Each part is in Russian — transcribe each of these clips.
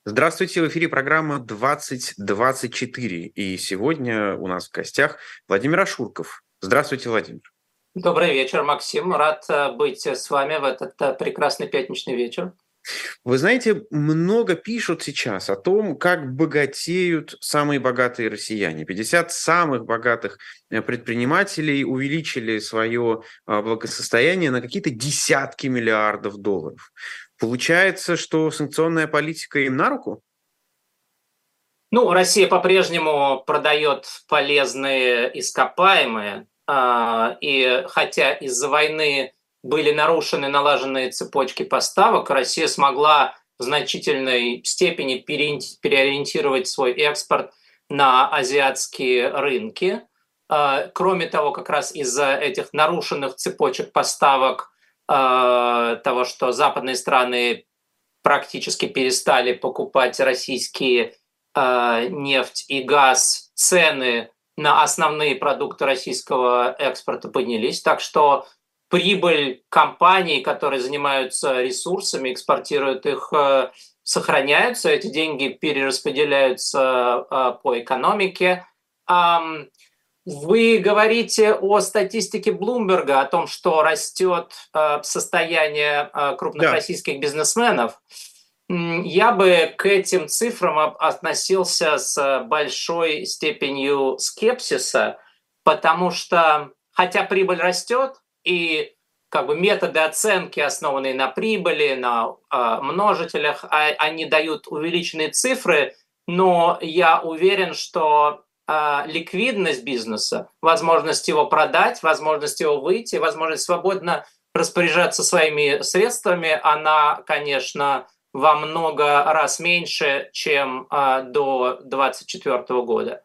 Здравствуйте, в эфире программа «2024». И сегодня у нас в гостях Владимир Ашурков. Здравствуйте, Владимир. Добрый вечер, Максим. Рад быть с вами в этот прекрасный пятничный вечер. Вы знаете, много пишут сейчас о том, как богатеют самые богатые россияне. 50 самых богатых предпринимателей увеличили свое благосостояние на какие-то десятки миллиардов долларов. Получается, что санкционная политика им на руку? Ну, Россия по-прежнему продает полезные ископаемые, и хотя из-за войны были нарушены налаженные цепочки поставок, Россия смогла в значительной степени переориентировать свой экспорт на азиатские рынки. Кроме того, как раз из-за этих нарушенных цепочек поставок, того, что западные страны практически перестали покупать российские нефть и газ, цены на основные продукты российского экспорта поднялись. Так что прибыль компаний, которые занимаются ресурсами, экспортируют их, сохраняются, эти деньги перераспределяются по экономике. Вы говорите о статистике Блумберга, о том, что растет состояние крупных Да. российских бизнесменов. Я бы к этим цифрам относился с большой степенью скепсиса, потому что, хотя прибыль растет, и как бы методы оценки, основанные на прибыли, на множителях, они дают увеличенные цифры, но я уверен, что ликвидность бизнеса, возможность его продать, возможность его выйти, возможность свободно распоряжаться своими средствами, она, конечно, во много раз меньше, чем до 2024 года.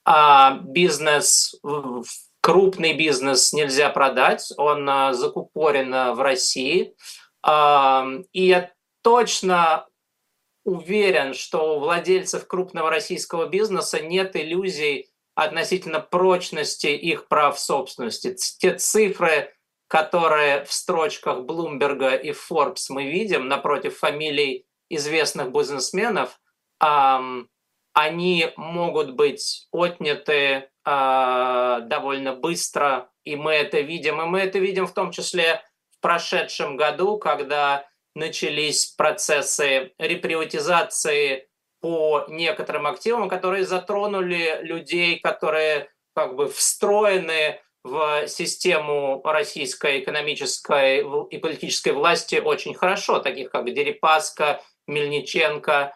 Крупный бизнес нельзя продать, он закупорен в России. И я точно уверен, что у владельцев крупного российского бизнеса нет иллюзий относительно прочности их прав собственности. Те цифры, которые в строчках Блумберга и Forbes мы видим напротив фамилий известных бизнесменов, они могут быть отняты довольно быстро, и мы это видим. И мы это видим в том числе в прошедшем году, когда начались процессы реприватизации по некоторым активам, которые затронули людей, которые как бы встроены в систему российской экономической и политической власти очень хорошо, таких как Дерипаска, Мельниченко.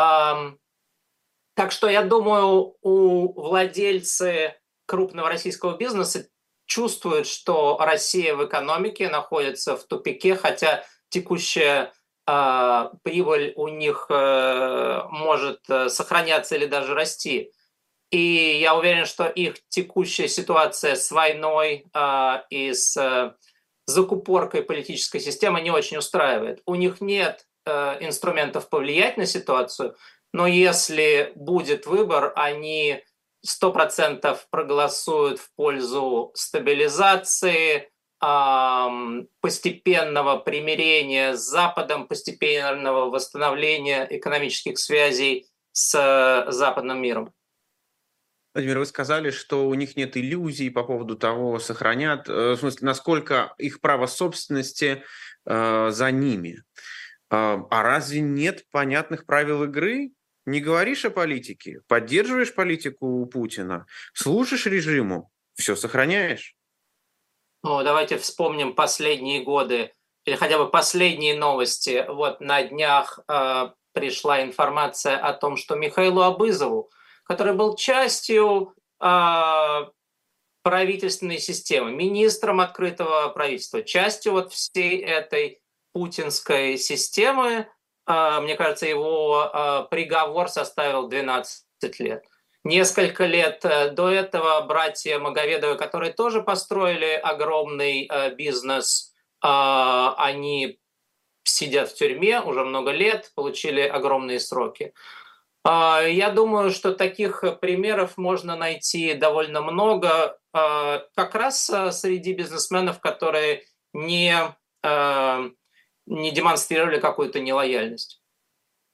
Так что я думаю, у владельцы крупного российского бизнеса чувствуют, что Россия в экономике находится в тупике, хотя текущая прибыль у них может сохраняться или даже расти. И я уверен, что их текущая ситуация с войной и с закупоркой политической системы не очень устраивает. У них нет инструментов повлиять на ситуацию, но если будет выбор, они 100% проголосуют в пользу стабилизации, постепенного примирения с Западом, постепенного восстановления экономических связей с западным миром. Владимир, вы сказали, что у них нет иллюзий по поводу того, сохранят, в смысле, насколько их право собственности за ними. А разве нет понятных правил игры? Не говоришь о политике, поддерживаешь политику Путина, служишь режиму, все сохраняешь. Ну, давайте вспомним последние годы или хотя бы последние новости. Вот на днях пришла информация о том, что Михаилу Абызову, который был частью правительственной системы, министром открытого правительства, частью вот всей этой путинской системы, мне кажется, его приговор составил 12 лет. Несколько лет до этого братья Магомедовы, которые тоже построили огромный бизнес, они сидят в тюрьме уже много лет, получили огромные сроки. Я думаю, что таких примеров можно найти довольно много, как раз среди бизнесменов, которые не демонстрировали какую-то нелояльность.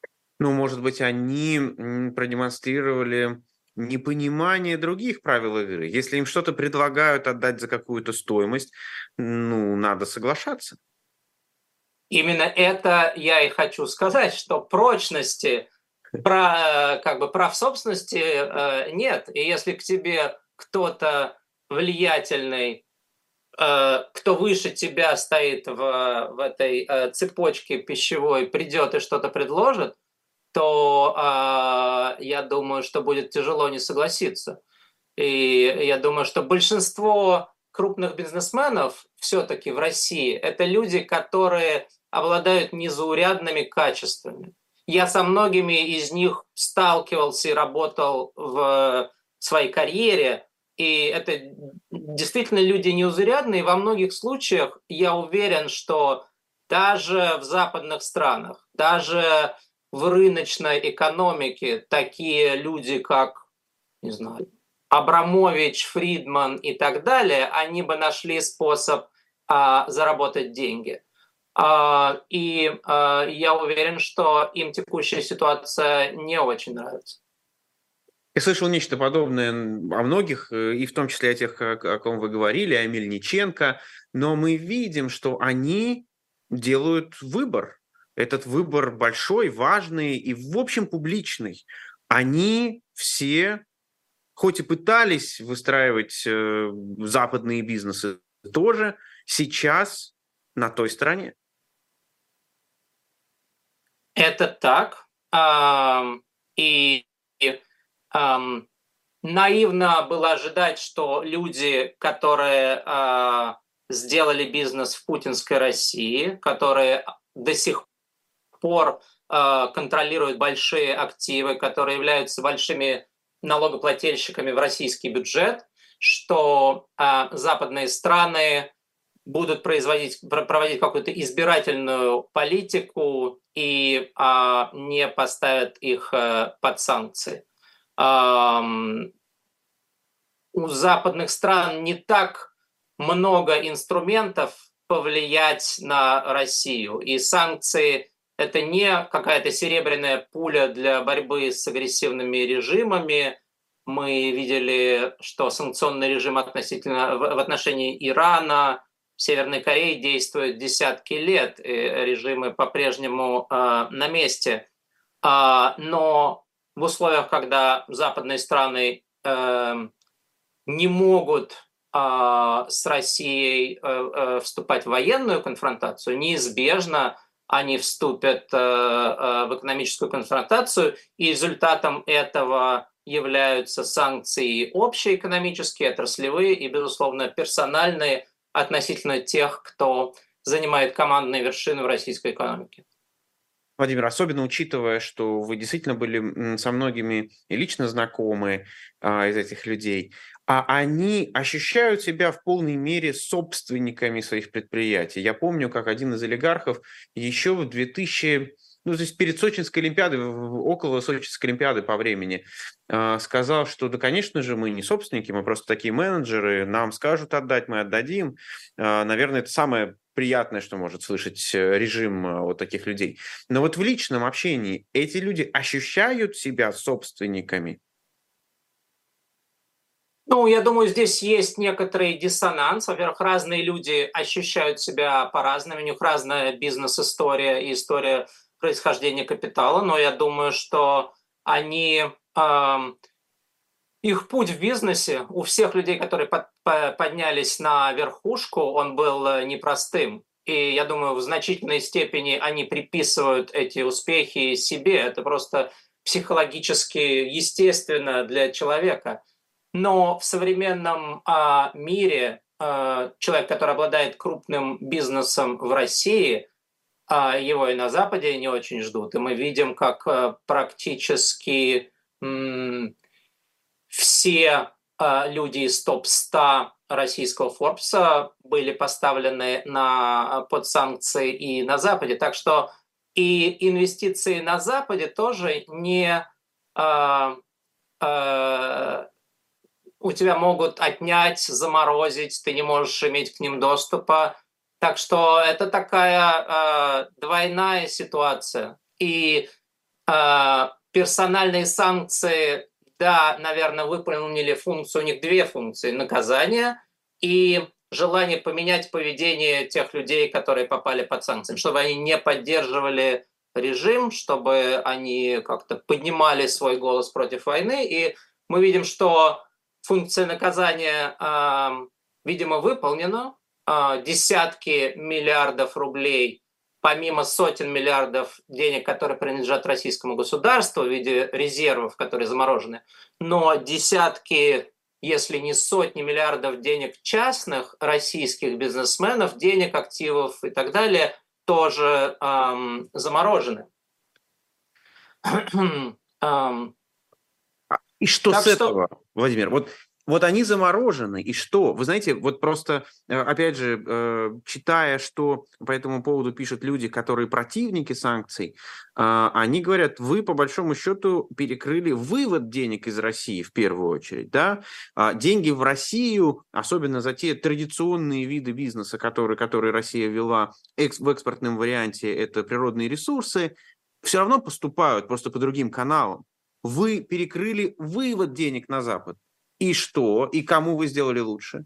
Ну, может быть, они продемонстрировали непонимание других правил игры. Если им что-то предлагают отдать за какую-то стоимость, ну, надо соглашаться. Именно это я и хочу сказать, что прочности как бы прав собственности нет. И если к тебе кто-то влиятельный, кто выше тебя стоит в этой цепочке пищевой, придет и что-то предложит, то я думаю, что будет тяжело не согласиться. И я думаю, что большинство крупных бизнесменов все-таки в России это люди, которые обладают незаурядными качествами. Я со многими из них сталкивался и работал в своей карьере, и это действительно люди неузурядные. Во многих случаях я уверен, что даже в западных странах, даже в рыночной экономике такие люди, как, не знаю, Абрамович, Фридман и так далее, они бы нашли способ заработать деньги. Я уверен, что им текущая ситуация не очень нравится. Я слышал нечто подобное о многих, и в том числе о тех, о ком вы говорили, о Мельниченко, но мы видим, что они делают выбор. Этот выбор большой, важный и, в общем, публичный. Они все, хоть и пытались выстраивать западные бизнесы, тоже сейчас на той стороне. Это так. И ам, наивно было ожидать, что люди, которые сделали бизнес в путинской России, которые до сих пор контролируют большие активы, которые являются большими налогоплательщиками в российский бюджет, что западные страны будут проводить какую-то избирательную политику и не поставят их под санкции. У западных стран не так много инструментов повлиять на Россию, и санкции это не какая-то серебряная пуля для борьбы с агрессивными режимами. Мы видели, что санкционный режим в отношении Ирана, Северной Кореи действует десятки лет, и режимы по-прежнему на месте. Но в условиях, когда западные страны не могут с Россией вступать в военную конфронтацию, неизбежно они вступят в экономическую конфронтацию, и результатом этого являются санкции общеэкономические, отраслевые и, безусловно, персональные относительно тех, кто занимает командные вершины в российской экономике. Владимир, особенно учитывая, что вы действительно были со многими и лично знакомы из этих людей, а они ощущают себя в полной мере собственниками своих предприятий. Я помню, как один из олигархов еще в 2000, ну, то есть перед Сочинской Олимпиадой, около Сочинской Олимпиады по времени, сказал, что да, конечно же, мы не собственники, мы просто такие менеджеры, нам скажут отдать, мы отдадим. Наверное, это самое приятное, что может слышать режим вот таких людей. Но вот в личном общении эти люди ощущают себя собственниками? Ну, я думаю, здесь есть некоторый диссонанс. Во-первых, разные люди ощущают себя по-разному, у них разная бизнес-история и история происхождения капитала, но я думаю, что они, их путь в бизнесе у всех людей, которые поднялись на верхушку, он был непростым. И я думаю, в значительной степени они приписывают эти успехи себе. Это просто психологически естественно для человека. Но в современном мире человек, который обладает крупным бизнесом в России, его и на Западе не очень ждут. И мы видим, как практически все люди из топ-100 российского Форбса были поставлены под санкции и на Западе. Так что и инвестиции на Западе тоже не у тебя могут отнять, заморозить, ты не можешь иметь к ним доступа. Так что это такая двойная ситуация. И Персональные санкции, да, наверное, выполнили функцию, у них две функции: наказание и желание поменять поведение тех людей, которые попали под санкции, чтобы они не поддерживали режим, чтобы они как-то поднимали свой голос против войны. И мы видим, что функция наказания, видимо, выполнена. Десятки миллиардов рублей, помимо сотен миллиардов денег, которые принадлежат российскому государству в виде резервов, которые заморожены, но десятки, если не сотни миллиардов денег частных российских бизнесменов, денег, активов и так далее, тоже заморожены. И что Так с что этого, Владимир? Вот они заморожены, и что? Вы знаете, вот просто, опять же, читая, что по этому поводу пишут люди, которые противники санкций, они говорят, вы, по большому счету, перекрыли вывод денег из России в первую очередь, да? Деньги в Россию, особенно за те традиционные виды бизнеса, которые Россия вела в экспортном варианте, это природные ресурсы, все равно поступают просто по другим каналам. Вы перекрыли вывод денег на Запад. И что? И кому вы сделали лучше?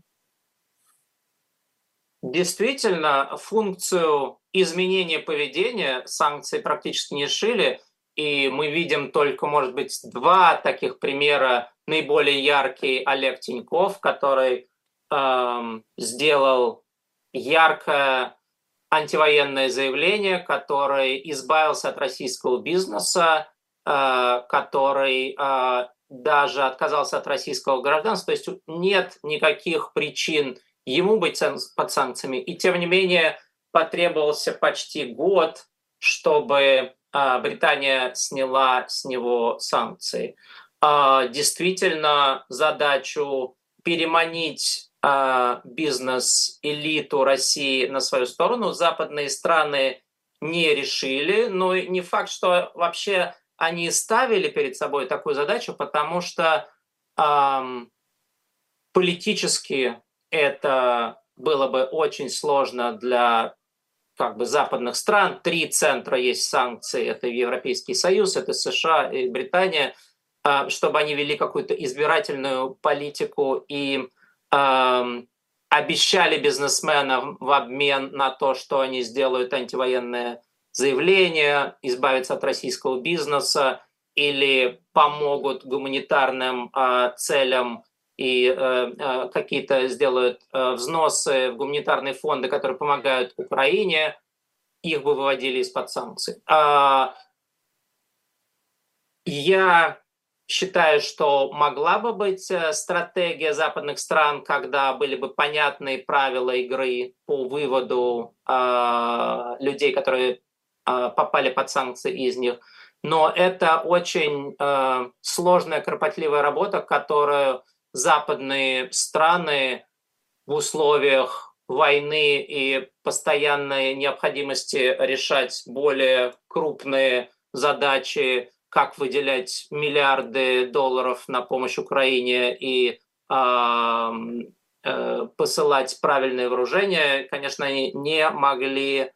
действительно функцию изменения поведения санкции практически не решили, и мы видим только, может быть, два таких примера. Наиболее яркий — Олег Тиньков, который сделал яркое антивоенное заявление, который избавился от российского бизнеса, который даже отказался от российского гражданства. То есть нет никаких причин ему быть под санкциями. И тем не менее потребовался почти год, чтобы Британия сняла с него санкции. Действительно, задачу переманить бизнес-элиту России на свою сторону западные страны не решили. Но не факт, что вообще они ставили перед собой такую задачу, потому что политически это было бы очень сложно для западных стран. Три центра есть санкции: это Европейский Союз, это США и Британия, чтобы они вели какую-то избирательную политику и обещали бизнесменам в обмен на то, что они сделают антивоенное заявление, избавиться от российского бизнеса или помогут гуманитарным целям и какие-то сделают взносы в гуманитарные фонды, которые помогают Украине, их бы выводили из-под санкций. Я считаю, что могла бы быть стратегия западных стран, когда были бы понятные правила игры по выводу людей, которые попали под санкции из них. Но это очень сложная, кропотливая работа, которую западные страны в условиях войны и постоянной необходимости решать более крупные задачи, как выделять миллиарды долларов на помощь Украине и посылать правильное вооружение, конечно, они не могли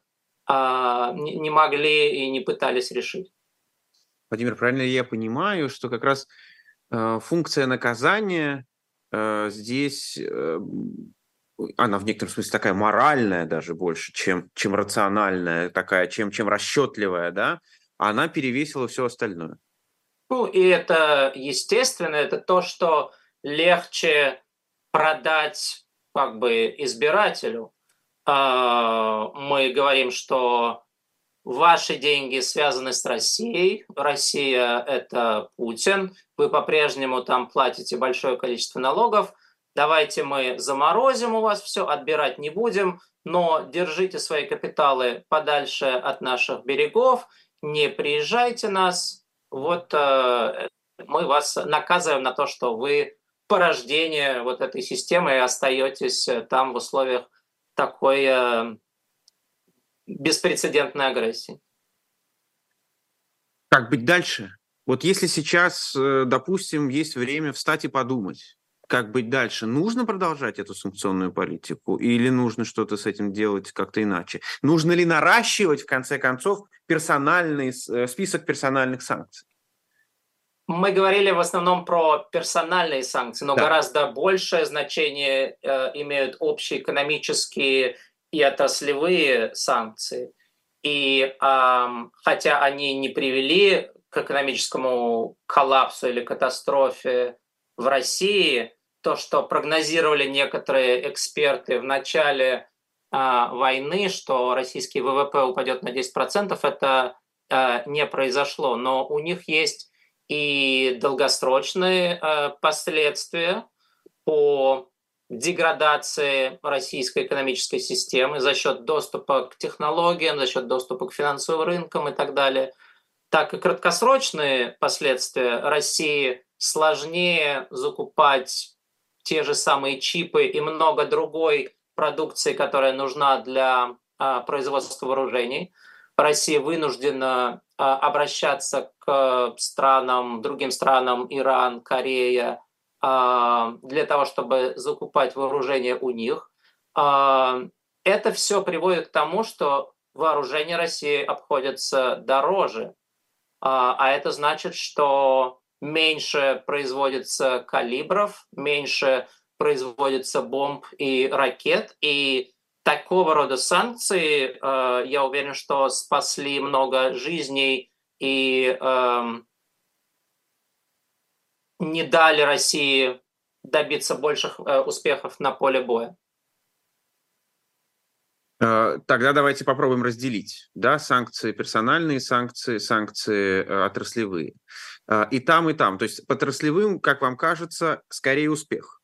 и не пытались решить. Владимир, правильно ли я понимаю, что как раз функция наказания здесь, она в некотором смысле такая моральная даже больше, чем рациональная, такая, чем расчетливая, да? Она перевесила все остальное. Ну, и это естественно, это то, что легче продать избирателю. Мы говорим, что ваши деньги связаны с Россией, Россия — это Путин, вы по-прежнему там платите большое количество налогов, давайте мы заморозим у вас все, отбирать не будем, но держите свои капиталы подальше от наших берегов, не приезжайте нас, мы вас наказываем на то, что вы порождение вот этой системы и остаетесь там в условиях такой беспрецедентной агрессии. Как быть дальше? Вот если сейчас, допустим, есть время встать и подумать, как быть дальше? Нужно продолжать эту санкционную политику или нужно что-то с этим делать как-то иначе? Нужно ли наращивать, в конце концов, список персональных санкций? Мы говорили в основном про персональные санкции, но Да. гораздо большее значение имеют общеэкономические и отраслевые санкции. И хотя они не привели к экономическому коллапсу или катастрофе в России, то, что прогнозировали некоторые эксперты в начале войны, что российский ВВП упадет на 10%, это не произошло. Но у них есть и долгосрочные последствия по деградации российской экономической системы за счет доступа к технологиям, за счет доступа к финансовым рынкам и так далее, так и краткосрочные последствия. России сложнее закупать те же самые чипы и много другой продукции, которая нужна для производства вооружений. Россия вынуждена обращаться к другим странам, Иран, Корея, для того, чтобы закупать вооружение у них. Это все приводит к тому, что вооружение России обходится дороже. А это значит, что меньше производится калибров, меньше производится бомб и ракет. И такого рода санкции, я уверен, что спасли много жизней и не дали России добиться больших успехов на поле боя. Тогда давайте попробуем разделить, да, санкции персональные, санкции отраслевые. И там, и там. То есть по отраслевым, как вам кажется, скорее успех.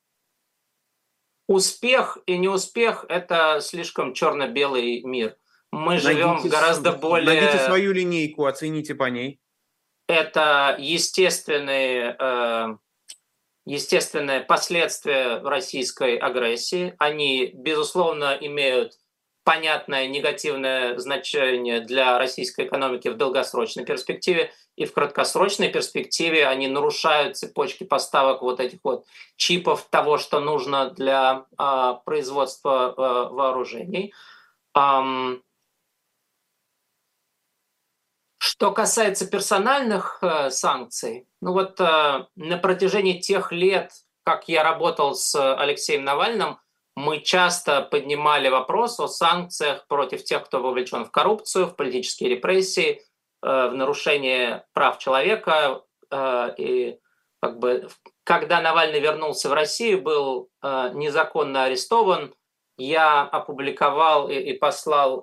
Успех и неуспех – это слишком черно-белый мир. Мы живем в гораздо Найдите более… свою линейку, оцените по ней. Это естественные последствия российской агрессии. Они, безусловно, имеют понятное негативное значение для российской экономики в долгосрочной перспективе, и в краткосрочной перспективе они нарушают цепочки поставок вот этих вот чипов, того, что нужно для производства вооружений. Что касается персональных санкций, ну вот на протяжении тех лет, как я работал с Алексеем Навальным, мы часто поднимали вопрос о санкциях против тех, кто вовлечен в коррупцию, в политические репрессии, в нарушение прав человека. И как бы, когда Навальный вернулся в Россию, был незаконно арестован, я опубликовал и послал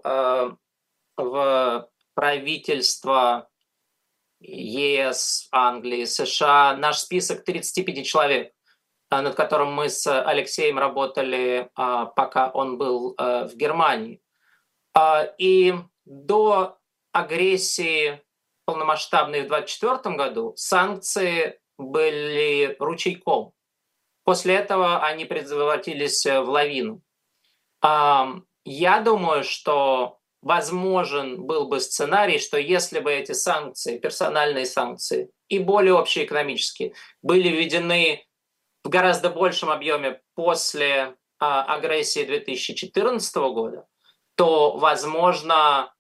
в правительства ЕС, Англии, США наш список 35 человек, над которым мы с Алексеем работали, пока он был в Германии. И до агрессии полномасштабной в 2024 году санкции были ручейком. После этого они превратились в лавину. Я думаю, что возможен был бы сценарий, что если бы эти санкции, персональные санкции и более общие экономические, были введены в гораздо большем объеме после агрессии 2014 года, то, возможно,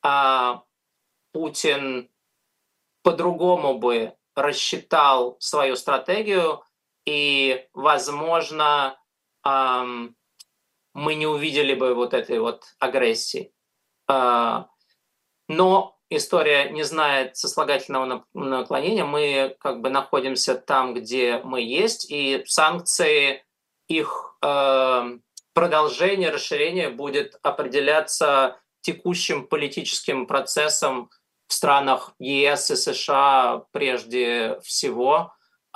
Путин по-другому бы рассчитал свою стратегию, и, возможно, мы не увидели бы вот этой вот агрессии. Но история не знает сослагательного наклонения. Мы как бы находимся там, где мы есть, и санкции, их продолжение, расширение будет определяться текущим политическим процессом в странах ЕС и США прежде всего.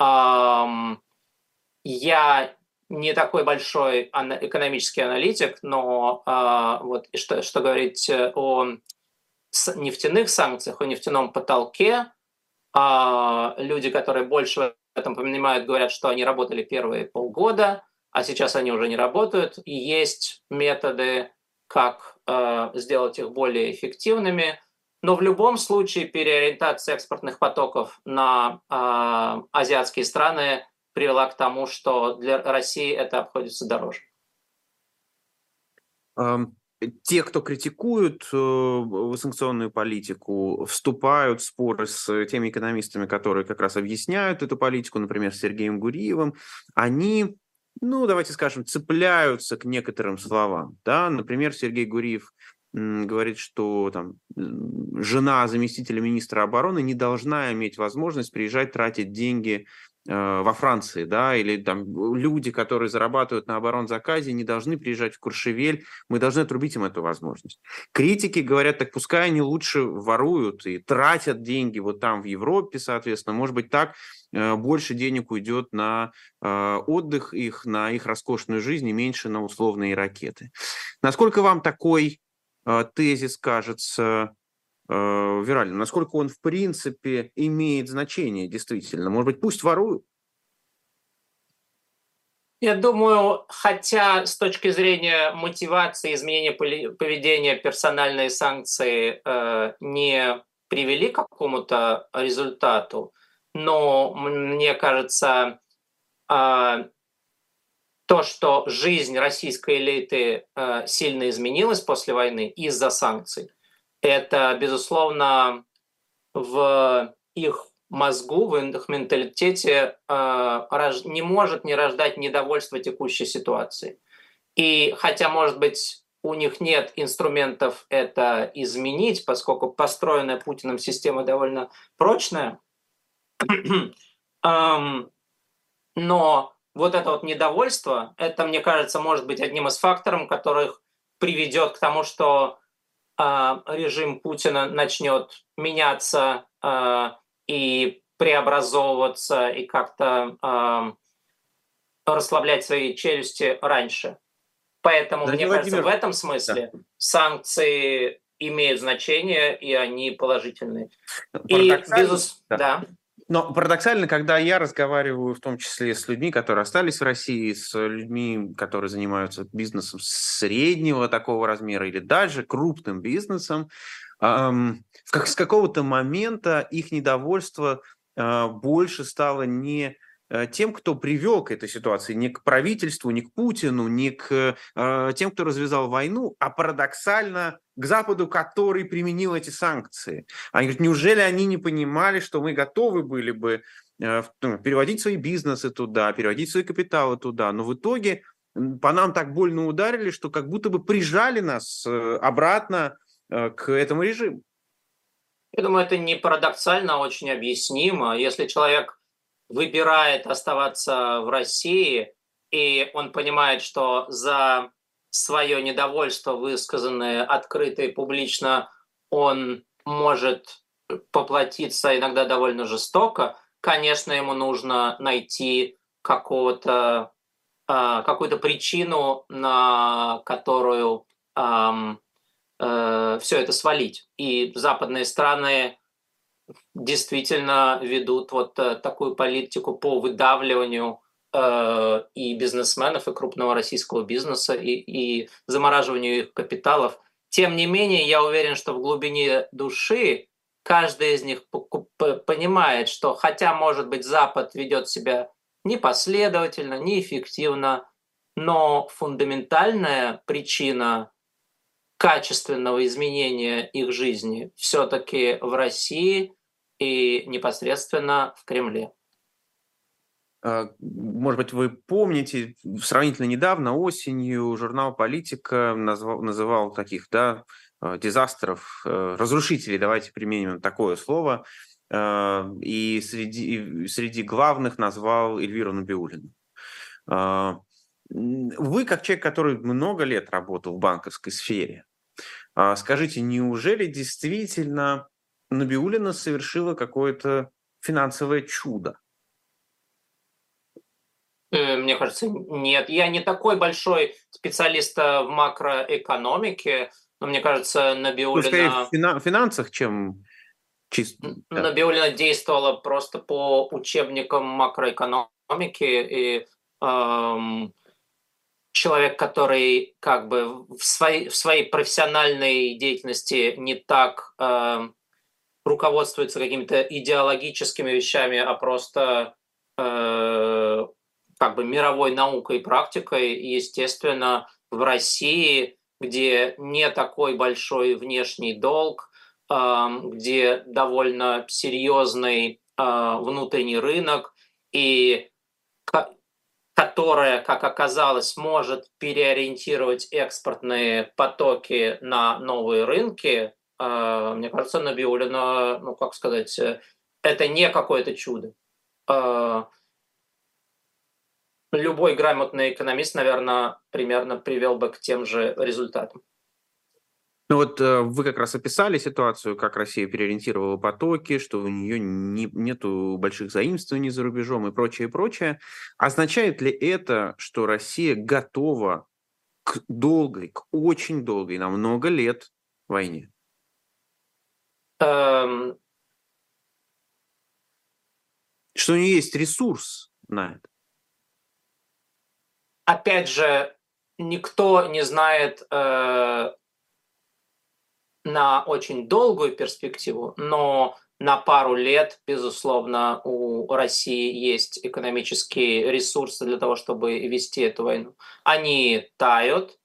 Я не такой большой экономический аналитик, но вот что говорить о нефтяных санкциях, о нефтяном потолке, люди, которые больше в этом понимают, говорят, что они работали первые полгода, а сейчас они уже не работают, и есть методы, как сделать их более эффективными. Но в любом случае переориентация экспортных потоков на азиатские страны привела к тому, что для России это обходится дороже. Те, кто критикуют санкционную политику, вступают в споры с теми экономистами, которые как раз объясняют эту политику, например, с Сергеем Гуриевым, они, ну, давайте скажем, цепляются к некоторым словам. Да? Например, Сергей Гуриев говорит, что там, жена заместителя министра обороны не должна иметь возможность приезжать тратить деньги во Франции, да, или там люди, которые зарабатывают на оборонзаказе, не должны приезжать в Куршевель, мы должны отрубить им эту возможность. Критики говорят, так пускай они лучше воруют и тратят деньги вот там в Европе, соответственно, может быть так больше денег уйдет на отдых их, на их роскошную жизнь и меньше на условные ракеты. Насколько вам такой тезис кажется виральным? Насколько он, в принципе, имеет значение, действительно? Может быть, пусть воруют? Я думаю, хотя с точки зрения мотивации, изменения поведения персональные санкции не привели к какому-то результату, но мне кажется, то, что жизнь российской элиты сильно изменилась после войны из-за санкций, это, безусловно, в их мозгу, в их менталитете не может не рождать недовольство текущей ситуацией. И хотя, может быть, у них нет инструментов это изменить, поскольку построенная Путиным система довольно прочная, но вот это вот недовольство, это, мне кажется, может быть одним из факторов, которых приведет к тому, что режим Путина начнет меняться и преобразовываться, и как-то расслаблять свои челюсти раньше. Поэтому, Дорогой мне кажется, в Владимир, этом да. смысле санкции имеют значение, и они положительные. И, Парадоксально, да. да. Но парадоксально, когда я разговариваю в том числе с людьми, которые остались в России, с людьми, которые занимаются бизнесом среднего такого размера или даже крупным бизнесом, с какого-то момента их недовольство больше стало не тем, кто привел к этой ситуации, не к правительству, не к Путину, не к тем, кто развязал войну, а парадоксально к Западу, который применил эти санкции. Они говорят, неужели они не понимали, что мы готовы были бы переводить свои бизнесы туда, переводить свои капиталы туда, но в итоге по нам так больно ударили, что как будто бы прижали нас обратно к этому режиму. Я думаю, это не парадоксально, а очень объяснимо. Если человек выбирает оставаться в России, и он понимает, что за свое недовольство, высказанное открыто и публично, он может поплатиться иногда довольно жестоко, конечно, ему нужно найти какую-то причину, на которую все это свалить. И западные страны действительно ведут вот такую политику по выдавливанию и бизнесменов, и крупного российского бизнеса, и замораживанию их капиталов. Тем не менее, я уверен, что в глубине души каждый из них понимает, что хотя, может быть, Запад ведет себя непоследовательно, неэффективно, но фундаментальная причина качественного изменения их жизни все-таки в России и непосредственно в Кремле. Может быть, вы помните, сравнительно недавно, осенью, журнал «Политика» называл таких, да, дизастеров, разрушителей, давайте применим такое слово, и среди главных назвал Эльвиру Набиуллину. Вы, как человек, который много лет работал в банковской сфере, скажите, неужели действительно Набиуллина совершила какое-то финансовое чудо? Мне кажется, нет. Я не такой большой специалист в макроэкономике, но мне кажется, Ну, скорее Набиуллина в финансах, чем чисто. Да. Набиуллина действовала просто по учебникам макроэкономики, и человек, который как бы в своей профессиональной деятельности не так руководствуется какими-то идеологическими вещами, а просто как бы мировой наукой и практикой. Естественно, в России, где не такой большой внешний долг, где довольно серьезный внутренний рынок, и которая, как оказалось, может переориентировать экспортные потоки на новые рынки, мне кажется, Набиуллина, ну, как сказать, это не какое-то чудо. А, Любой грамотный экономист, наверное, примерно привел бы к тем же результатам. Ну вот вы как раз описали ситуацию, как Россия переориентировала потоки, что у нее нету больших заимствований за рубежом и прочее, прочее. Означает ли это, что Россия готова к долгой, к очень долгой, на много лет войне? Эм, Что у нее есть ресурс на это? Опять же, никто не знает на очень долгую перспективу, но на пару лет, безусловно, у России есть экономические ресурсы для того, чтобы вести эту войну. Они тают.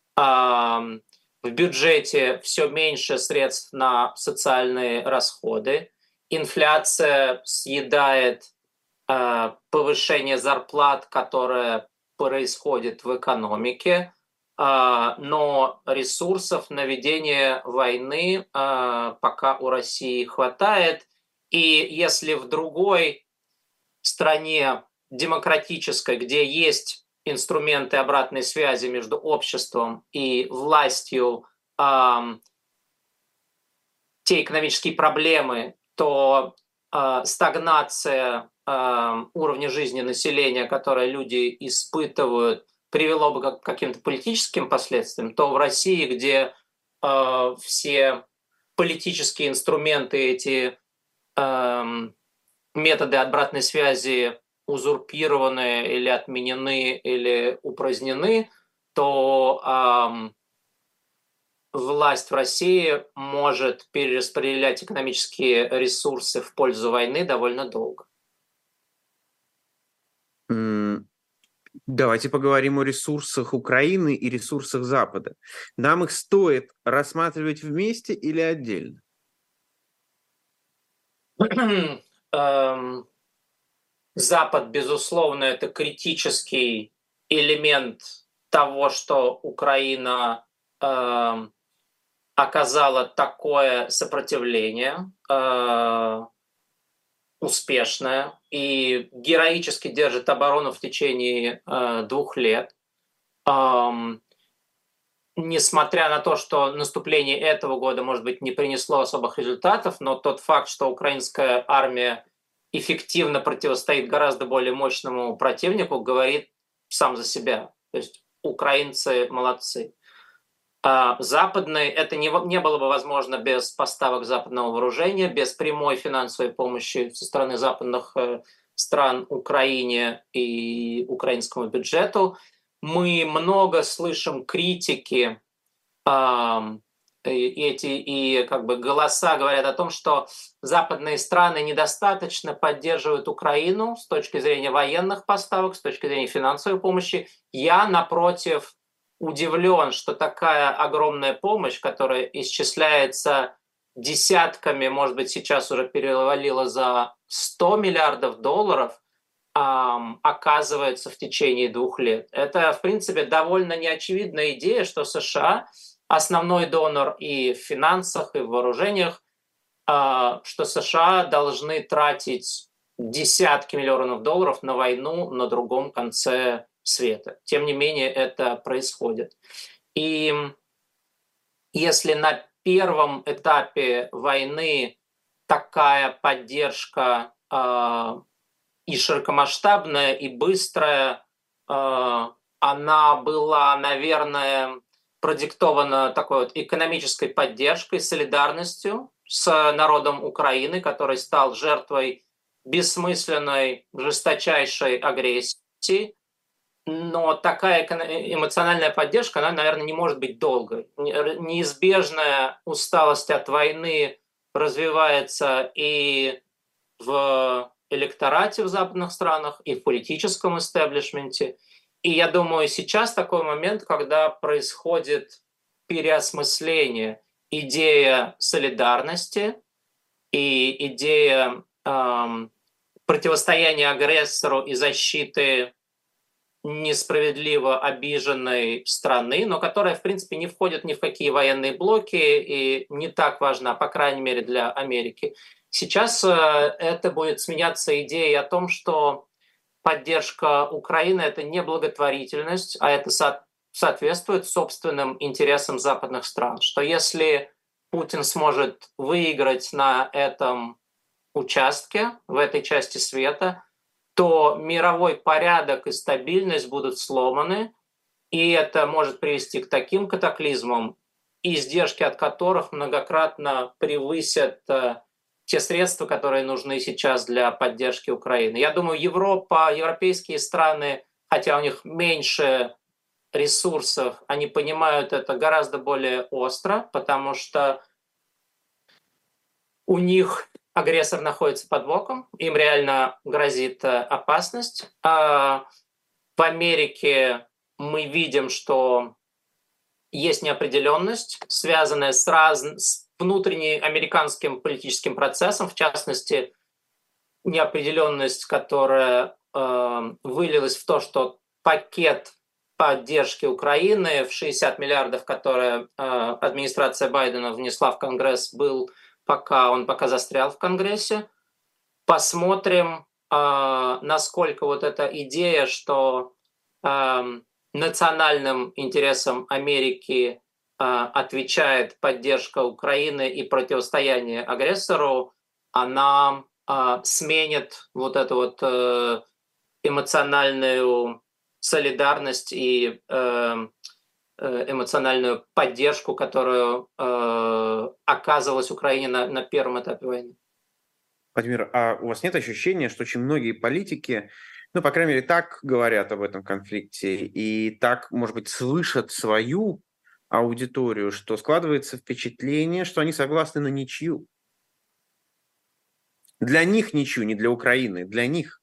В бюджете все меньше средств на социальные расходы. Инфляция съедает повышение зарплат, которое происходит в экономике, но ресурсов на ведение войны пока у России хватает. И если в другой стране демократической, где есть инструменты обратной связи между обществом и властью, те экономические проблемы, то стагнация уровня жизни населения, которое люди испытывают, привело бы к каким-то политическим последствиям, то в России, где все политические инструменты, эти методы обратной связи узурпированы или отменены или упразднены, то власть в России может перераспределять экономические ресурсы в пользу войны довольно долго. Давайте поговорим о ресурсах Украины и ресурсах Запада. Нам их стоит рассматривать вместе или отдельно? Запад, безусловно, это критический элемент того, что Украина оказала такое сопротивление успешное и героически держит оборону в течение 2 лет. Несмотря на то, что наступление этого года, может быть, не принесло особых результатов, но тот факт, что украинская армия эффективно противостоит гораздо более мощному противнику, говорит сам за себя. То есть украинцы молодцы. Западные, это не было бы возможно без поставок западного вооружения, без прямой финансовой помощи со стороны западных стран Украине и украинскому бюджету. Мы много слышим критики, и как бы голоса говорят о том, что западные страны недостаточно поддерживают Украину с точки зрения военных поставок, с точки зрения финансовой помощи. Я, напротив, удивлен, что такая огромная помощь, которая исчисляется десятками, может быть, сейчас уже перевалила за 100 миллиардов долларов, оказывается в течение 2 лет. Это, в принципе, довольно неочевидная идея, что США основной донор и в финансах, и в вооружениях, что США должны тратить десятки миллионов долларов на войну на другом конце света. Тем не менее, это происходит. И если на первом этапе войны такая поддержка и широкомасштабная, и быстрая, она была, наверное, продиктована такой вот экономической поддержкой, солидарностью с народом Украины, который стал жертвой бессмысленной, жесточайшей агрессии. Но такая эмоциональная поддержка, она, наверное, не может быть долгой. Неизбежная усталость от войны развивается и в электорате в западных странах, и в политическом истеблишменте. И я думаю, сейчас такой момент, когда происходит переосмысление идея солидарности и идея противостояния агрессору и защиты несправедливо обиженной страны, но которая, в принципе, не входит ни в какие военные блоки и не так важна, по крайней мере, для Америки. Сейчас это будет сменяться идеей о том, что поддержка Украины — это не благотворительность, а это соответствует собственным интересам западных стран. Что если Путин сможет выиграть на этом участке, в этой части света, то мировой порядок и стабильность будут сломаны, и это может привести к таким катаклизмам, издержки от которых многократно превысят те средства, которые нужны сейчас для поддержки Украины. Я думаю, Европа, европейские страны, хотя у них меньше ресурсов, они понимают это гораздо более остро, потому что у них агрессор находится под боком, им реально грозит опасность. А в Америке мы видим, что есть неопределенность, связанная с внутренним американским политическим процессом, в частности, неопределенность, которая вылилась в то, что пакет поддержки Украины в 60 миллиардов, который администрация Байдена внесла в Конгресс, он пока застрял в Конгрессе. Посмотрим, насколько вот эта идея, что национальным интересам Америки отвечает поддержка Украины и противостояние агрессору, она сменит вот эту вот эмоциональную солидарность и эмоциональную поддержку, которую оказывалась Украине на первом этапе войны. Владимир, а у вас нет ощущения, что очень многие политики, ну, по крайней мере, так говорят об этом конфликте и так, может быть, слышат свою аудиторию, что складывается впечатление, что они согласны на ничью? Для них ничью, не для Украины, для них.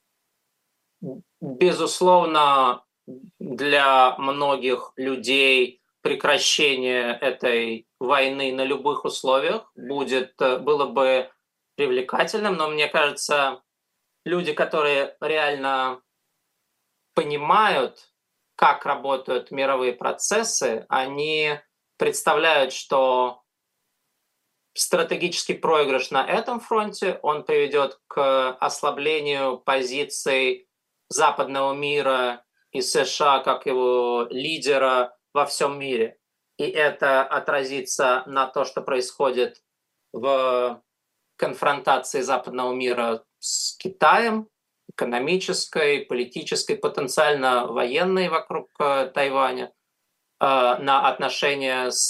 Безусловно, для многих людей прекращение этой войны на любых условиях было бы привлекательным, но мне кажется, люди, которые реально понимают, как работают мировые процессы, они представляют, что стратегический проигрыш на этом фронте, он приведет к ослаблению позиций западного мира и США как его лидера во всем мире. И это отразится на то, что происходит в конфронтации западного мира с Китаем, экономической, политической, потенциально военной вокруг Тайваня, на отношения с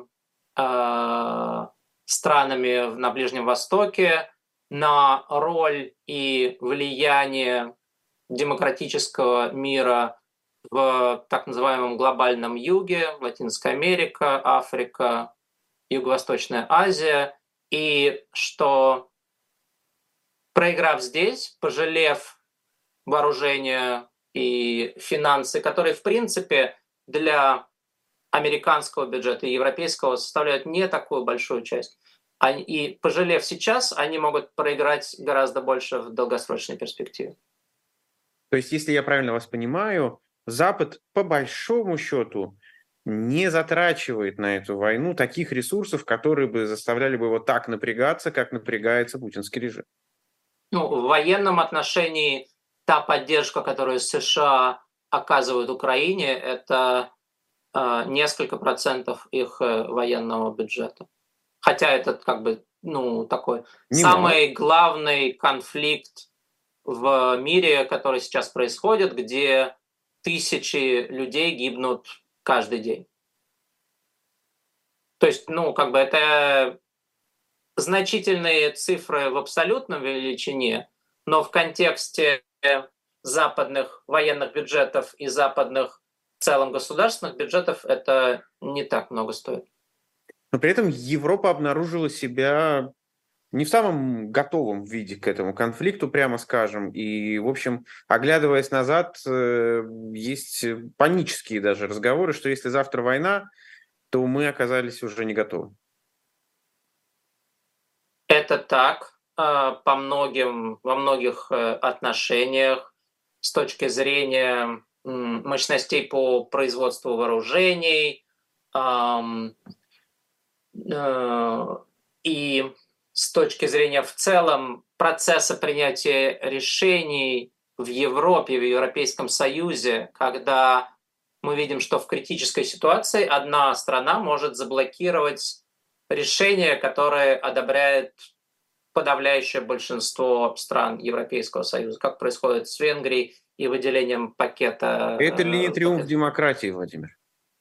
странами на Ближнем Востоке, на роль и влияние демократического мира в так называемом глобальном юге, Латинская Америка, Африка, Юго-Восточная Азия, и что, проиграв здесь, пожалев вооружение и финансы, которые, в принципе, для американского бюджета и европейского составляют не такую большую часть, и пожалев сейчас, они могут проиграть гораздо больше в долгосрочной перспективе. То есть, если я правильно вас понимаю, Запад по большому счету не затрачивает на эту войну таких ресурсов, которые бы заставляли бы его так напрягаться, как напрягается путинский режим. Ну, в военном отношении та поддержка, которую США оказывают Украине, это несколько процентов их военного бюджета. Хотя это как бы, такой самый главный конфликт в мире, который сейчас происходит, где тысячи людей гибнут каждый день. То есть, это значительные цифры в абсолютном величине, но в контексте западных военных бюджетов и западных в целом государственных бюджетов это не так много стоит. Но при этом Европа обнаружила себя не в самом готовом виде к этому конфликту, прямо скажем. И, в общем, оглядываясь назад, есть панические даже разговоры, что если завтра война, то мы оказались уже не готовы. Это так, во многих отношениях с точки зрения мощностей по производству вооружений, ам, э, и с точки зрения в целом процесса принятия решений в Европе, в Европейском Союзе, когда мы видим, что в критической ситуации одна страна может заблокировать решение, которое одобряет подавляющее большинство стран Европейского Союза, как происходит с Венгрией и выделением Это ли не триумф пакета. демократии, Владимир?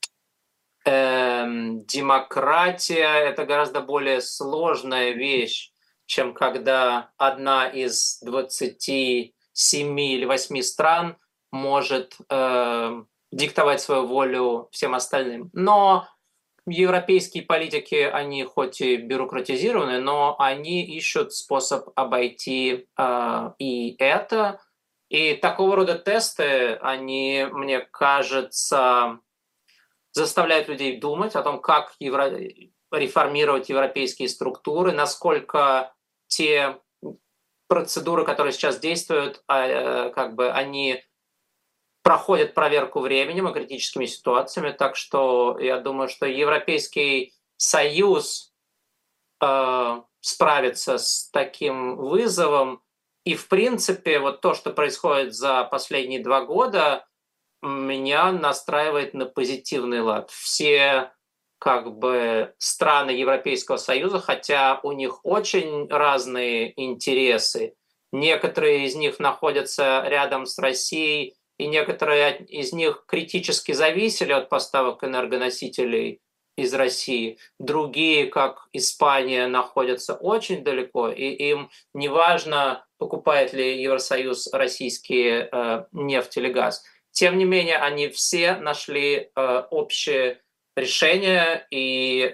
Демократия — это гораздо более сложная вещь, чем когда одна из 27 или 8 стран может диктовать свою волю всем остальным. Но европейские политики, они хоть и бюрократизированы, но они ищут способ обойти и это. И такого рода тесты, они, мне кажется, заставляют людей думать о том, как реформировать европейские структуры, насколько те процедуры, которые сейчас действуют, как бы они проходят проверку временем и критическими ситуациями. Так что я думаю, что Европейский Союз справится с таким вызовом. И, в принципе, вот то, что происходит за последние 2 года, меня настраивает на позитивный лад. Все как бы страны Европейского Союза, хотя у них очень разные интересы, некоторые из них находятся рядом с Россией, и некоторые из них критически зависели от поставок энергоносителей из России. Другие, как Испания, находятся очень далеко, и им не важно, покупает ли Евросоюз российские нефть или газ. Тем не менее, они все нашли общее решение и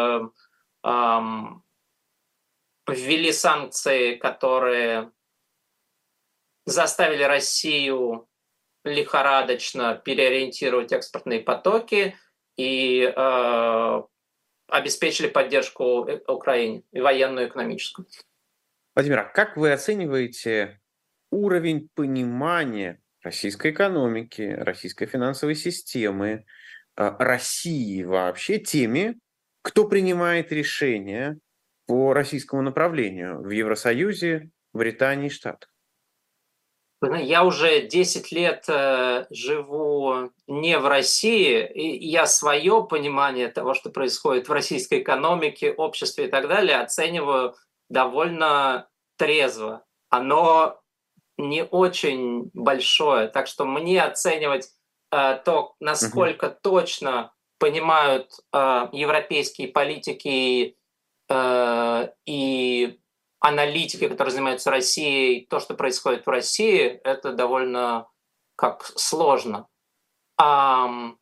ввели санкции, которые заставили Россию лихорадочно переориентировать экспортные потоки и обеспечили поддержку Украине, и военную, и экономическую. Владимир, а как вы оцениваете уровень понимания российской экономики, российской финансовой системы, России вообще теми, кто принимает решения по российскому направлению в Евросоюзе, Британии и Штатах? Я уже 10 лет живу не в России, и я свое понимание того, что происходит в российской экономике, обществе и так далее, оцениваю довольно трезво. Оно не очень большое, так что мне оценивать то, Мгм. насколько точно понимают европейские политики и аналитики, которые занимаются Россией, то, что происходит в России, это довольно как сложно. Ам,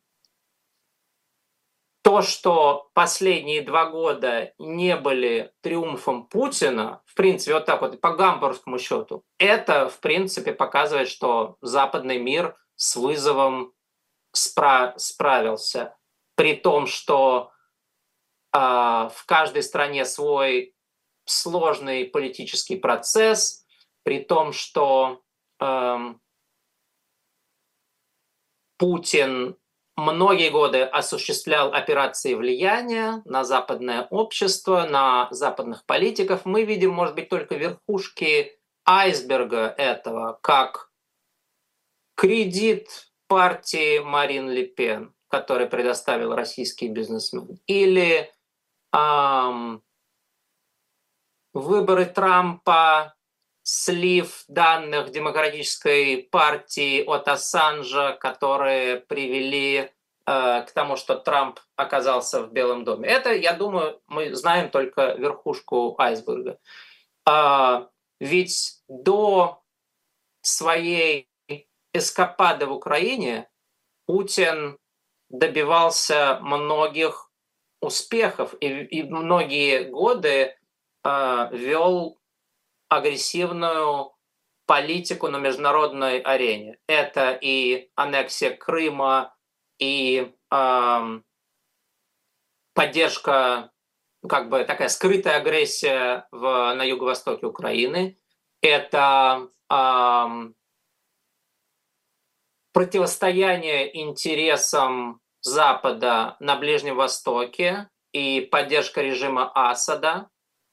То, что последние 2 года не были триумфом Путина, в принципе, вот так вот, по гамбургскому счету, это, в принципе, показывает, что западный мир с вызовом справился. При том, что в каждой стране свой сложный политический процесс, при том, что Путин многие годы осуществлял операции влияния на западное общество, на западных политиков. Мы видим, может быть, только верхушки айсберга этого, как кредит партии Марин Ле Пен, который предоставил российский бизнесмен, или выборы Трампа, слив данных Демократической партии от Ассанжа, которые привели к тому, что Трамп оказался в Белом доме. Это, я думаю, мы знаем только верхушку айсберга. Ведь до своей эскапады в Украине Путин добивался многих успехов, и многие годы вел агрессивную политику на международной арене. Это и аннексия Крыма, и поддержка, как бы такая скрытая агрессия на юго-востоке Украины. Это противостояние интересам Запада на Ближнем Востоке и поддержка режима Асада.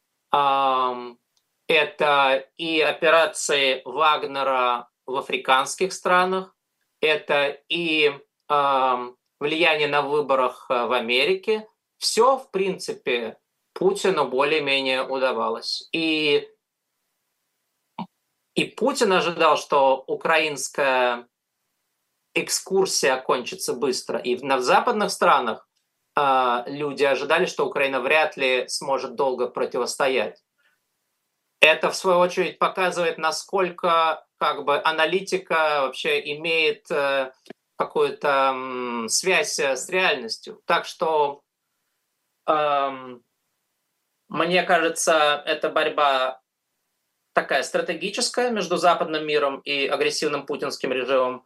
Это и операции Вагнера в африканских странах, это и влияние на выборах в Америке. Все, в принципе, Путину более-менее удавалось. И Путин ожидал, что украинская экскурсия окончится быстро. И в западных странах люди ожидали, что Украина вряд ли сможет долго противостоять. Это, в свою очередь, показывает, насколько как бы аналитика вообще имеет какую-то связь с реальностью. Так что, мне кажется, эта борьба такая стратегическая между западным миром и агрессивным путинским режимом.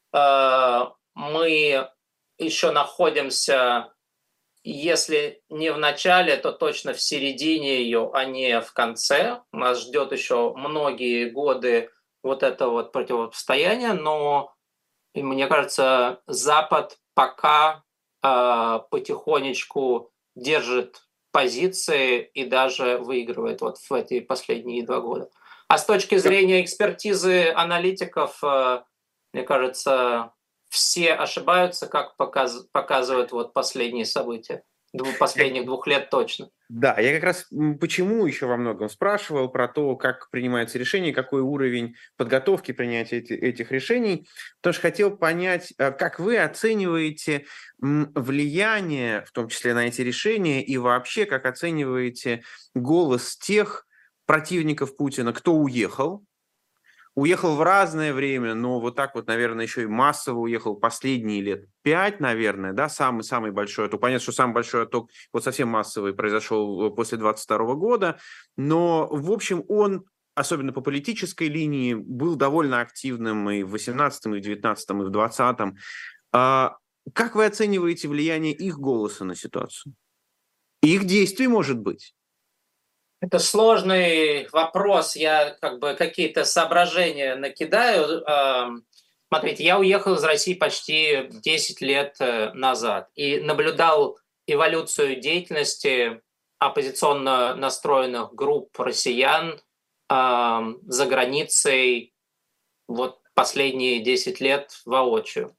Мы еще находимся, если не в начале, то точно в середине ее, а не в конце. Нас ждет еще многие годы вот это вот противостояние, но мне кажется, Запад пока потихонечку держит позиции и даже выигрывает вот в эти последние 2 года. А с точки зрения экспертизы аналитиков, мне кажется, все ошибаются, как показывают вот последние события. Последних 2 лет точно. Да, я как раз почему еще во многом спрашивал про то, как принимаются решения, какой уровень подготовки принятия этих решений, потому что хотел понять, как вы оцениваете влияние, в том числе на эти решения, и вообще, как оцениваете голос тех противников Путина, кто уехал в разное время, но вот так вот, наверное, еще и массово уехал последние лет 5, наверное, да, самый большой отток. Понятно, что самый большой отток, вот совсем массовый, произошел после 22 года, но, в общем, он, особенно по политической линии, был довольно активным и в 18-м, и в 19-м, и в 20-м. Как вы оцениваете влияние их голоса на ситуацию? И их действий, может быть? Это сложный вопрос. Я как бы какие-то соображения накидаю. Смотрите, я уехал из России почти 10 лет назад и наблюдал эволюцию деятельности оппозиционно настроенных групп россиян за границей вот последние 10 лет воочию.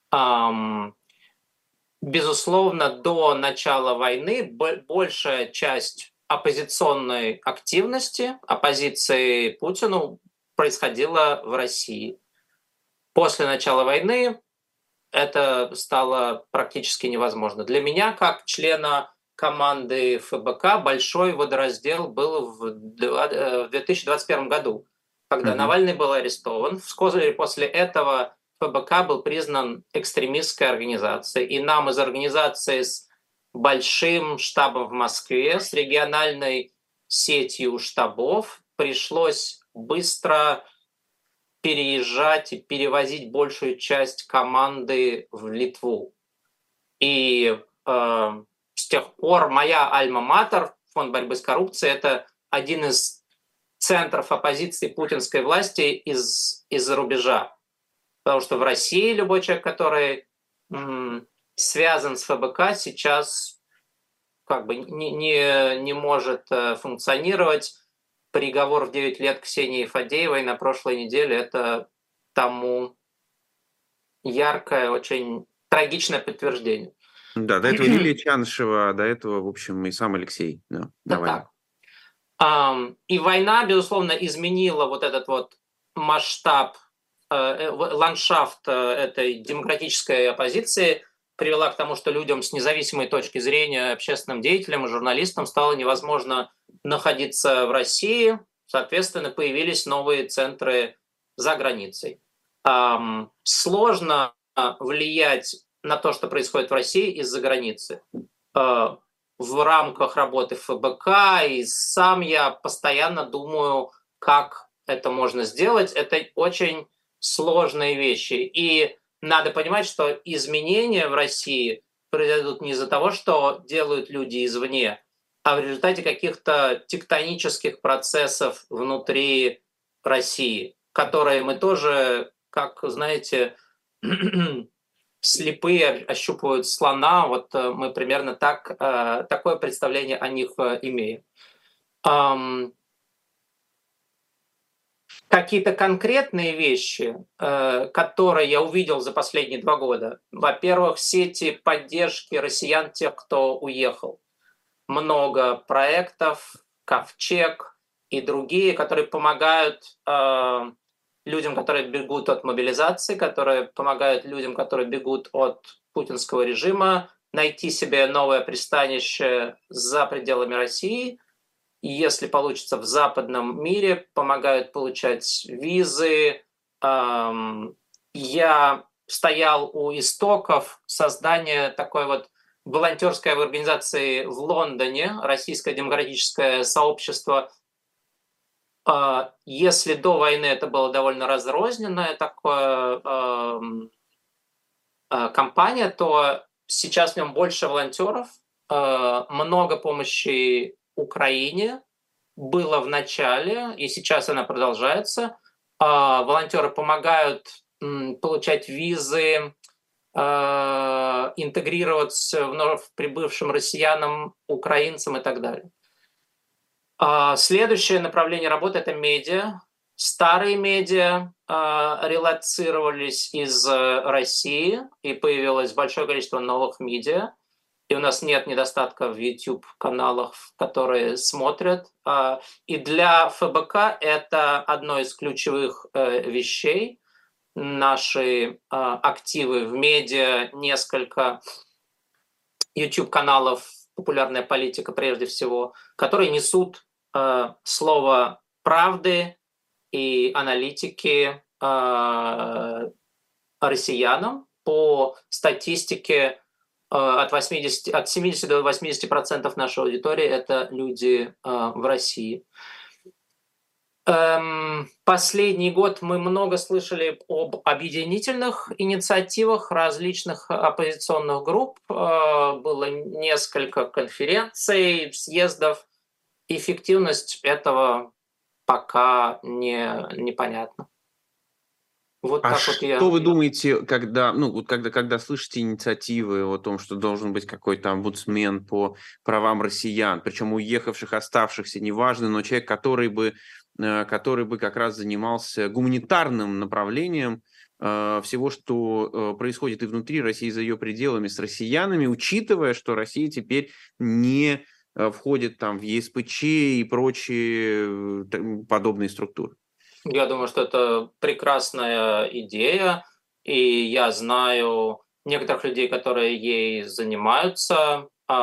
Безусловно, до начала войны большая часть оппозиционной активности, оппозиции Путину происходила в России. После начала войны это стало практически невозможно. Для меня, как члена команды ФБК, большой водораздел был в 2021 году, когда Навальный был арестован. Вскоре после этого ФБК был признан экстремистской организацией, и нам из организации с большим штабом в Москве, с региональной сетью штабов пришлось быстро переезжать и перевозить большую часть команды в Литву. И с тех пор моя альма-матер, Фонд борьбы с коррупцией, это один из центров оппозиции путинской власти из-за рубежа. Потому что в России любой человек, который связан с ФБК, сейчас как бы не может функционировать. Приговор в 9 лет Ксении Фадеевой на прошлой неделе – это тому яркое, очень трагичное подтверждение. Да, до этого Лилия Чанышева, до этого, в общем, и сам Алексей. Да, Навальный. И война, безусловно, изменила вот этот вот масштаб, ландшафт этой демократической оппозиции, привела к тому, что людям с независимой точки зрения, общественным деятелям и журналистам стало невозможно находиться в России. Соответственно, появились новые центры за границей. Сложно влиять на то, что происходит в России из-за границы. в рамках работы ФБК, и сам я постоянно думаю, как это можно сделать. Это очень сложные вещи. И надо понимать, что изменения в России произойдут не из-за того, что делают люди извне, а в результате каких-то тектонических процессов внутри России, которые мы тоже, как, знаете, слепые ощупывают слона, вот мы примерно такое представление о них имеем. Какие-то конкретные вещи, которые я увидел за последние 2 года. Во-первых, сети поддержки россиян, тех, кто уехал. Много проектов, Ковчег и другие, которые помогают людям, которые бегут от мобилизации, которые помогают людям, которые бегут от путинского режима, найти себе новое пристанище за пределами России. И если получится в западном мире, помогают получать визы. Я стоял у истоков создания такой вот волонтерской организации в Лондоне, Российское демократическое сообщество. Если до войны это было довольно разрозненная такая компания, то сейчас в нем больше волонтеров, много помощи Украине было в начале, и сейчас она продолжается. Волонтеры помогают получать визы, интегрироваться вновь прибывшим россиянам, украинцам и так далее. Следующее направление работы — это медиа. Старые медиа релоцировались из России, и появилось большое количество новых медиа. И у нас нет недостатка в YouTube-каналах, которые смотрят. И для ФБК это одно из ключевых вещей. Наши активы в медиа, несколько YouTube-каналов, популярная политика прежде всего, которые несут слово правды и аналитики россиянам. По статистике от 70 до 80% нашей аудитории — это люди в России. Последний год мы много слышали об объединительных инициативах различных оппозиционных групп. Было несколько конференций, съездов. Эффективность этого пока непонятна. Вот А так вот что вы думаете, когда слышите инициативы о том, что должен быть какой-то омбудсмен по правам россиян, причем уехавших, оставшихся, неважно, но человек, который бы как раз занимался гуманитарным направлением всего, что происходит и внутри России, и за ее пределами с россиянами, учитывая, что Россия теперь не входит там в ЕСПЧ и прочие подобные структуры? Я думаю, что это прекрасная идея, и я знаю некоторых людей, которые ей занимаются.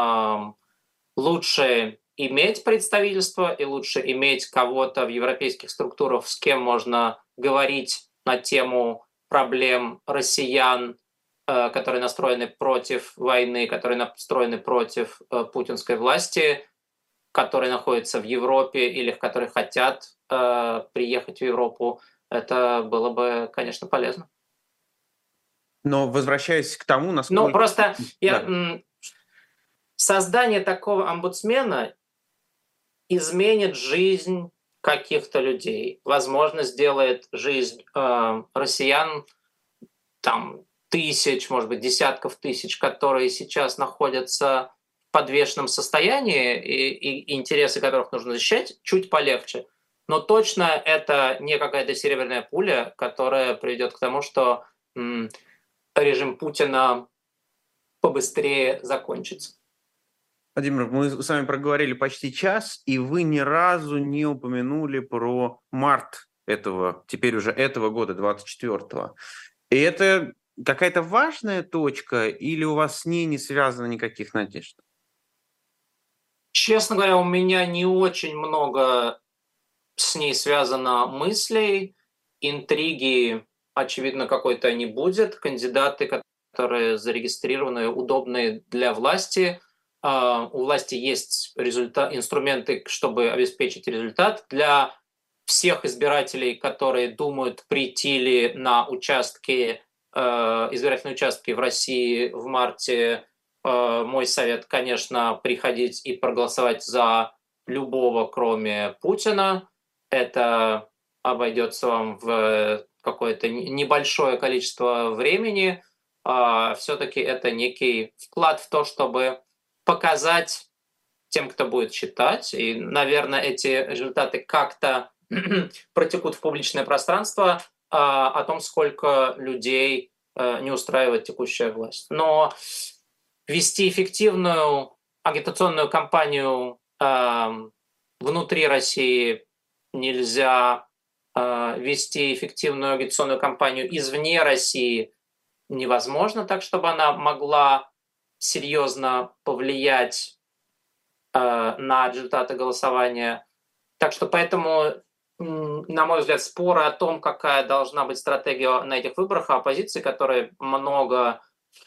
Лучше иметь представительство и лучше иметь кого-то в европейских структурах, с кем можно говорить на тему проблем россиян, которые настроены против войны, которые настроены против путинской власти, которые находятся в Европе или которые хотят приехать в Европу. Это было бы, конечно, полезно. Но возвращаясь к тому, Но насколько... просто Да. Создание такого омбудсмена изменит жизнь каких-то людей. Возможно, сделает жизнь россиян, там, тысяч, может быть, десятков тысяч, которые сейчас находятся в подвешенном состоянии и интересы которых нужно защищать, чуть полегче. Но точно это не какая-то серебряная пуля, которая приведет к тому, что режим Путина побыстрее закончится. Владимир, мы с вами проговорили почти час, и вы ни разу не упомянули про март теперь уже этого года, 24-го. И это какая-то важная точка, или у вас с ней не связано никаких надежд? Честно говоря, у меня не очень много с ней связано мыслей, интриги, очевидно, какой-то не будет. Кандидаты, которые зарегистрированы, удобные для власти, у власти есть инструменты, чтобы обеспечить результат. Для всех избирателей, которые думают, прийти ли на участки, избирательные участки в России в марте, мой совет, конечно, приходить и проголосовать за любого, кроме Путина. Это обойдется вам в какое-то небольшое количество времени. Все-таки это некий вклад в то, чтобы показать тем, кто будет читать, и, наверное, эти результаты как-то протекут в публичное пространство, о том, сколько людей не устраивает текущая власть. Но вести эффективную агитационную кампанию внутри России нельзя, вести эффективную агитационную кампанию извне России невозможно так, чтобы она могла серьезно повлиять на результаты голосования. Так что поэтому, на мой взгляд, споры о том, какая должна быть стратегия на этих выборах, а оппозиции, которые много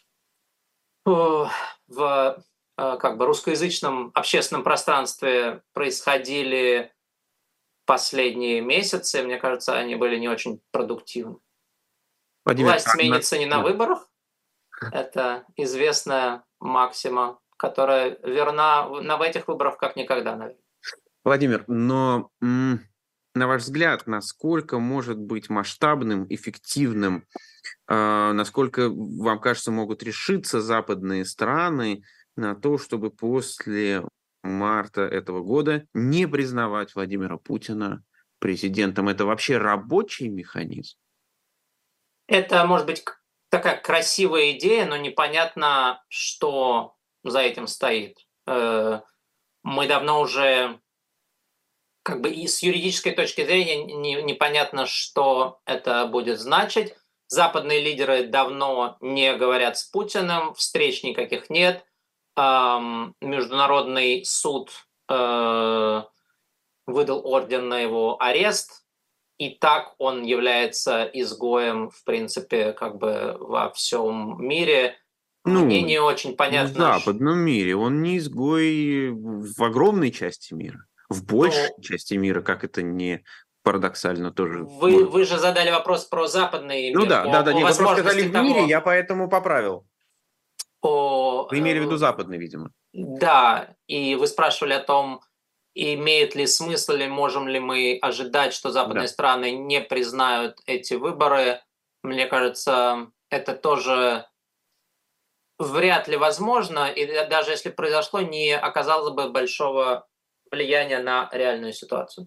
в как бы русскоязычном общественном пространстве происходили последние месяцы, мне кажется, они были не очень продуктивны. Владимир, Власть сменится не на выборах, это известная максима, которая верна в этих выборах как никогда, наверное. Владимир, но на ваш взгляд, насколько может быть масштабным, эффективным, насколько, вам кажется, могут решиться западные страны на то, чтобы после марта этого года не признавать Владимира Путина президентом? Это вообще рабочий механизм? Это может быть такая красивая идея, но непонятно, что за этим стоит. Мы давно уже, как бы и с юридической точки зрения, непонятно, что это будет значить. Западные лидеры давно не говорят с Путиным, встреч никаких нет. Международный суд выдал ордер на его арест. И так он является изгоем, в принципе, как бы во всем мире. Мне Ну, не очень в понятно, западном мире он не изгой в огромной части мира. В большей ну, части мира, как это не парадоксально, тоже может. вы же задали вопрос про западный Ну мир, да, да, да, о нет, вы просто сказали возможности в мире, того, я поэтому поправил. о, Вы имели в виду западный, видимо. да, и вы спрашивали о том, имеет ли смысл, или можем ли мы ожидать, что западные Да. страны не признают эти выборы. Мне кажется, это тоже вряд ли возможно, и даже если произошло, не оказало бы большого влияния на реальную ситуацию.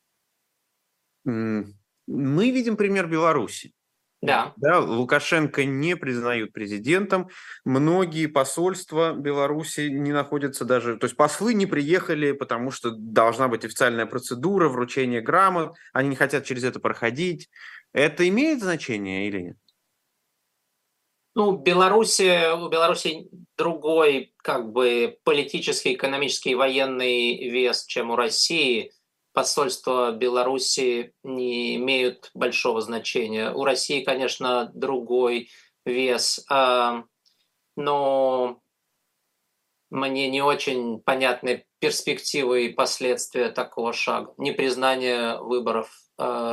Мы видим пример Беларуси. Да. Да, Лукашенко не признают президентом. Многие посольства Беларуси не находятся даже... То есть послы не приехали, потому что должна быть официальная процедура вручения грамот. Они не хотят через это проходить. Это имеет значение или нет? Ну, у Беларуси другой как бы политический, экономический, военный вес, чем у России. Посольства Беларуси не имеют большого значения. У России, конечно, другой вес, но мне не очень понятны перспективы и последствия такого шага. Непризнание выборов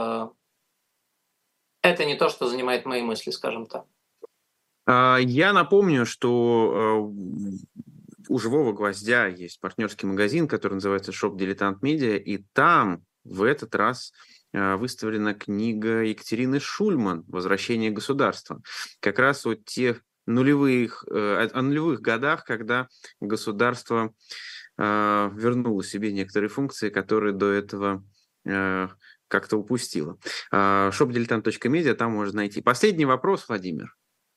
это не то, что занимает мои мысли, скажем так. Я напомню, что у «Живого гвоздя» есть партнерский магазин, который называется «Шоп Дилетант Медиа», и там в этот раз выставлена книга Екатерины Шульман «Возвращение государства». Как раз о тех о нулевых годах, когда государство вернуло себе некоторые функции, которые до этого как-то упустило. Shopdiletant.media, там можно найти. Последний вопрос, Владимир,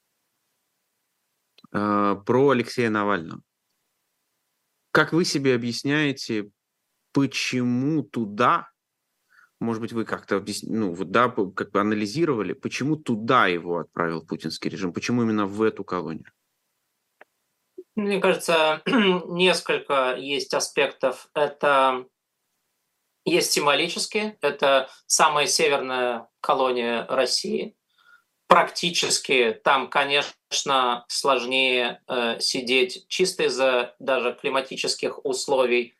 про Алексея Навального. Как вы себе объясняете, почему туда, может быть, вы как-то как бы анализировали, почему туда его отправил путинский режим, почему именно в эту колонию? Мне кажется, несколько есть аспектов. Это есть символические, это самая северная колония России. практически там, конечно, сложнее сидеть чисто из-за даже климатических условий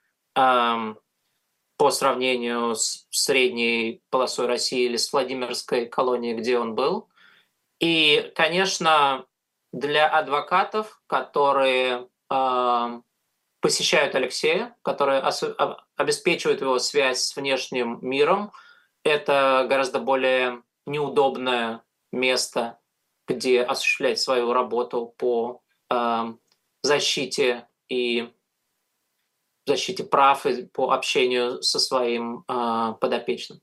по сравнению с средней полосой России или с Владимирской колонией, где он был. И, конечно, для адвокатов, которые посещают Алексея, которые обеспечивают его связь с внешним миром, это гораздо более неудобное место, где осуществлять свою работу по защите и защите прав и по общению со своим подопечным.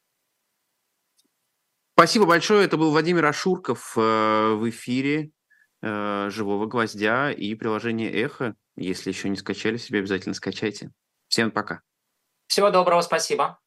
Спасибо большое. Это был Владимир Ашурков в эфире «Живого гвоздя» и приложения «Эхо». Если еще не скачали, себе обязательно скачайте. Всем пока. Всего доброго, спасибо.